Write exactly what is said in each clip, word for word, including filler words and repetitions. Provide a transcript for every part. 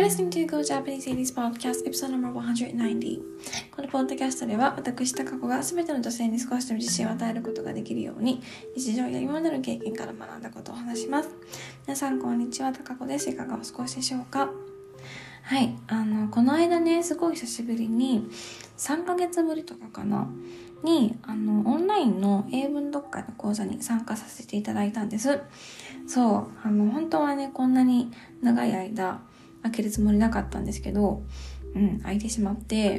listening to Go Japanese エイティーズ Podcast Episode ナンバーワンハンドレッドナインティー。このポッドキャストでは私高子が全ての女性に少しでも自信を与えることができるように日常や今までの経験から学んだことを話します。皆さんこんにちは、高子です。いかがお過ごしでしょうか。はい、あのこの間ねすごい久しぶりにさんかげつぶりとかかなにあのオンラインの英文読解の講座に参加させていただいたんです。そうあの本当はねこんなに長い間開けるつもりなかったんですけど、うん、開いてしまって、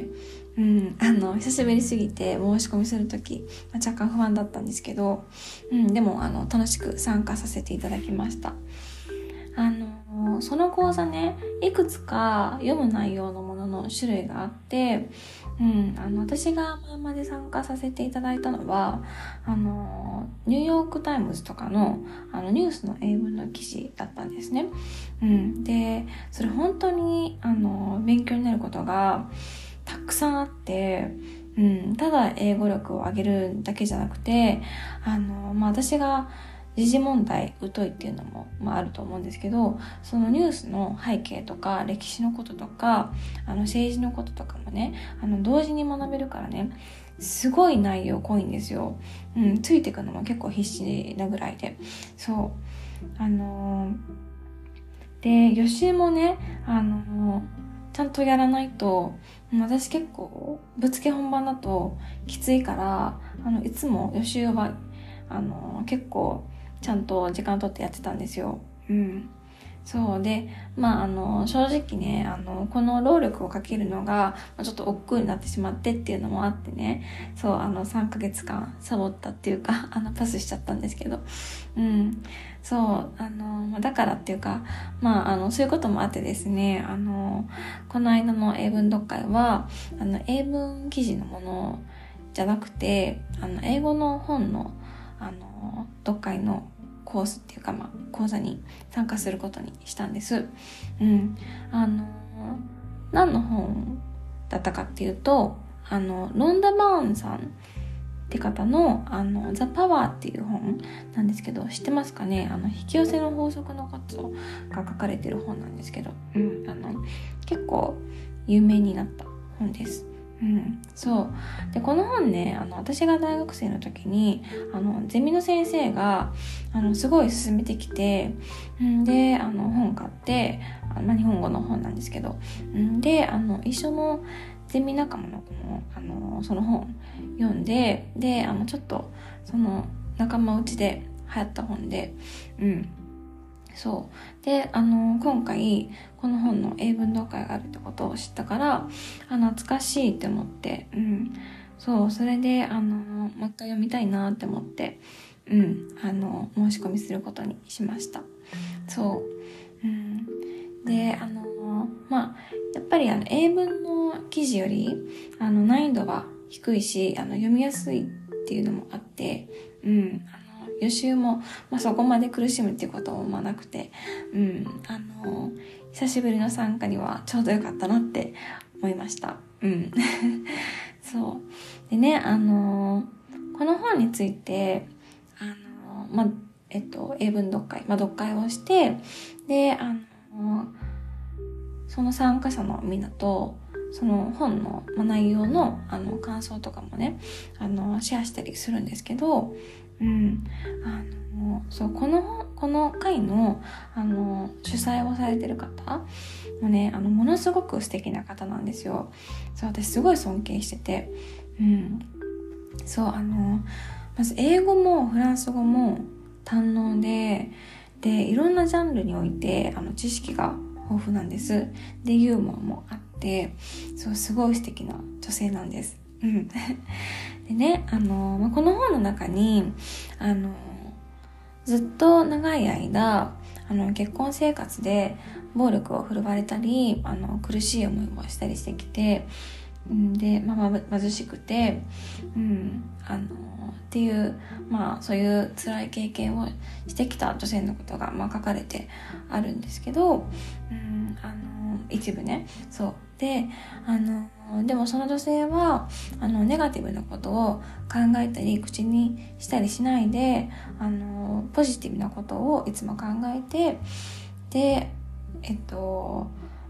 うん、あの久しぶりすぎて申し込みするとき、まあ、若干不安だったんですけど、うん、でもあの楽しく参加させていただきました。あのその講座ねいくつか読む内容のものの種類があって、うん、あの私が前まで参加させていただいたのはあのニューヨークタイムズとかのあのニュースの英文の記事だったんですね、うん、でそれ本当にあの勉強になることがたくさんあって、うん、ただ英語力を上げるだけじゃなくてあの、まあ、私が時事問題疎いっていうのも、まあ、あると思うんですけど、そのニュースの背景とか歴史のこととかあの政治のこととかもねあの同時に学べるからねすごい内容濃いんですよ、うん、ついていくのも結構必死なぐらいでそうあのー、で予習もねあのー、ちゃんとやらないと私結構ぶっつけ本番だときついからあのいつも予習はあのー、結構ちゃんと時間取ってやってたんですよ。うん。そうで、まああの正直ね、あのこの労力をかけるのがちょっと億劫になってしまってっていうのもあってね、そうあのさんかげつかんサボったっていうか、あのパスしちゃったんですけど、うん、そうあのだからっていうか、まああのそういうこともあってですね、あのこの間の英文読解はあの英文記事のものじゃなくて、あの英語の本のあの読解のコースっていうか、まあ、講座に参加することにしたんです。うん。あの、何の本だったかっていうと、あの、ロンダ・バーンさんって方の、あの、ザ・パワーっていう本なんですけど、知ってますかね？あの、引き寄せの法則のことが書かれてる本なんですけど、うん。あの、結構有名になった本です。うん、そうでこの本ねあの私が大学生の時にあのゼミの先生があのすごい勧めてきて、うん、であの本買ってあ、まあ、日本語の本なんですけど、うん、であの一緒のゼミ仲間の子もあのその本読んでであのちょっとその仲間内で流行った本でうんそうであの今回この本の英文読解があるってことを知ったからあ懐かしいって思って、うん、そうそれであのもう一回読みたいなって思って、うん、あの申し込みすることにしました。そう、うん、であのまあやっぱりあの英文の記事よりあの難易度は低いしあの読みやすいっていうのもあって、うん。予習も、まあ、そこまで苦しむっていうこともまあなくて、うん、あの久しぶりの参加にはちょうどよかったなって思いました。うん、そうでね、あのこの本について、あのまあえっと英文読解、まあ、読解をして、で、あのその参加者のみんなとその本の内容のあの感想とかもね、あのシェアしたりするんですけど。うん、あのそうこのこの会のあの主催をされてる方もねあのものすごく素敵な方なんですよ。そう私すごい尊敬してて、うん、そうあのまず英語もフランス語も堪能ででいろんなジャンルにおいてあの知識が豊富なんです。でユーモアもあってそうすごい素敵な女性なんです。うんでね、あの、まあ、この本の中に、あの、ずっと長い間、あの、結婚生活で暴力を振るわれたり、あの、苦しい思いもしたりしてきて、んで、まあ、ま、貧しくて、うん、あの、っていう、まあ、そういう辛い経験をしてきた女性のことが、まあ、書かれてあるんですけど、うん、あの、一部ね、そう。で、あの、でもその女性はあのネガティブなことを考えたり口にしたりしないであのポジティブなことをいつも考えてでえっと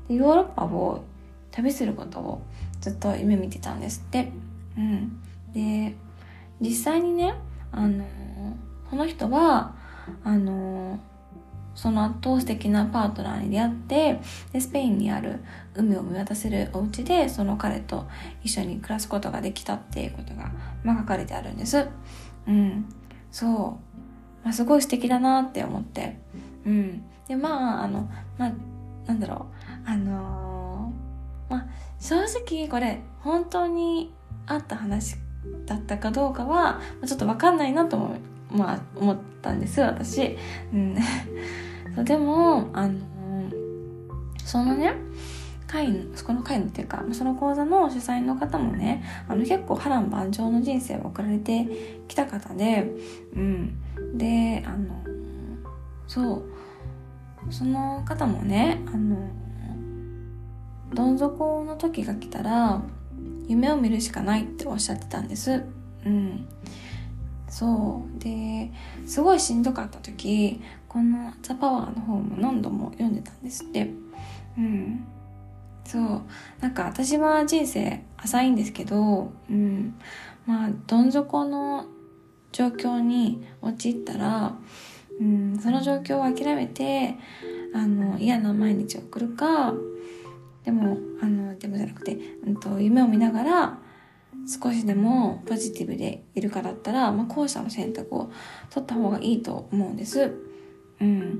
でヨーロッパを旅することをずっと夢見てたんですって。うん、で実際にね、あのこの人はあのその後素敵なパートナーに出会って、でスペインにある海を見渡せるお家でその彼と一緒に暮らすことができたっていうことが、まあ、書かれてあるんです。うん、そう、まあ、すごい素敵だなって思って、うん、でまああのまあなんだろうあのー、まあ正直これ本当にあった話だったかどうかはちょっと分かんないなともまあ思ったんです私。うんそうでもあのそのね会のそこの会のっていうかその講座の主催の方もね、あの結構波乱万丈の人生を送られてきた方で、うんであのそうその方もね、あのどん底の時が来たら夢を見るしかないっておっしゃってたんです。うんそうですごいしんどかった時、このザ・パワーの方も何度も読んでたんですって。うんそうなんか私は人生浅いんですけど、うんまあどん底の状況に陥ったら、うん、その状況を諦めてあの嫌な毎日を送るか、でもあのでもじゃなくて、うんと、夢を見ながら少しでもポジティブでいるかだったら、まあ、後者の選択を取った方がいいと思うんです。うん。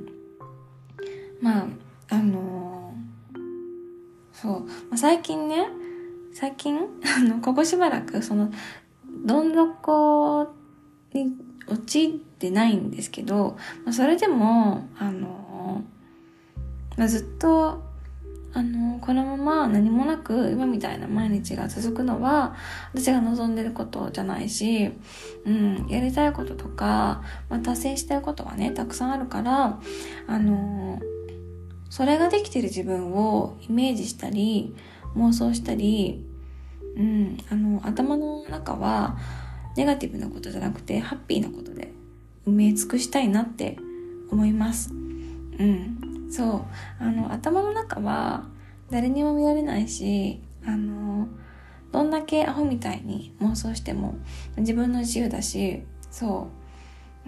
まあ、あのー、そう。まあ、最近ね、最近、あの、ここしばらく、その、どん底に陥ってないんですけど、まあ、それでも、あのー、まあ、ずっと、あのこのまま何もなく今みたいな毎日が続くのは私が望んでることじゃないし、うん、やりたいこととか、まあ、達成したいことはねたくさんあるから、あのそれができてる自分をイメージしたり妄想したり、うん、あの頭の中はネガティブなことじゃなくてハッピーなことで埋め尽くしたいなって思います。うんそうあの頭の中は誰にも見られないし、あのどんだけアホみたいに妄想しても自分の自由だし、そう、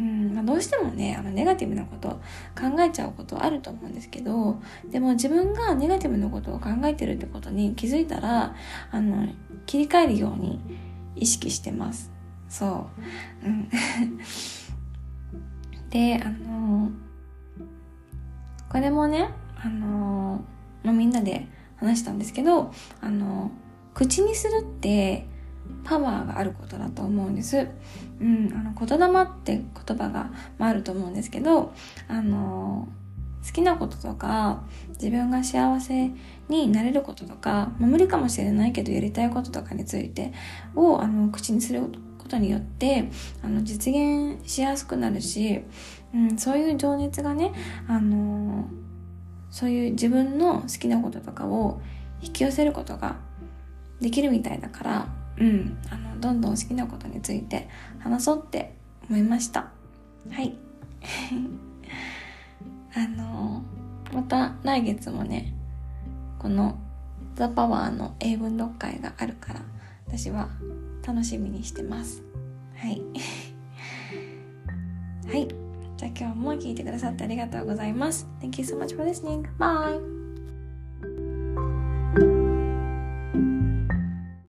うんまあ、どうしてもねあのネガティブなこと考えちゃうことあると思うんですけど、でも自分がネガティブなことを考えてるってことに気づいたらあの切り替えるように意識してます。そう、うん、であのこれもね、あのーまあ、みんなで話したんですけど、あのー、口にするってパワーがあることだと思うんです。うん、あの言霊って言葉が、まあ、あると思うんですけど、あのー、好きなこととか自分が幸せになれることとか、まあ、無理かもしれないけどやりたいこととかについてをあの口にすることによってあの実現しやすくなるし、うん、そういう情熱がね、あのー、そういう自分の好きなこととかを引き寄せることができるみたいだから、うん、あのどんどん好きなことについて話そうって思いました。はいあのー、また来月もねこのザ・パワーの英文読会があるから私は楽しみにしてます。はいはい、じゃあ今日も聞いてくださってありがとうございます。 Thank you so much for listening. Bye.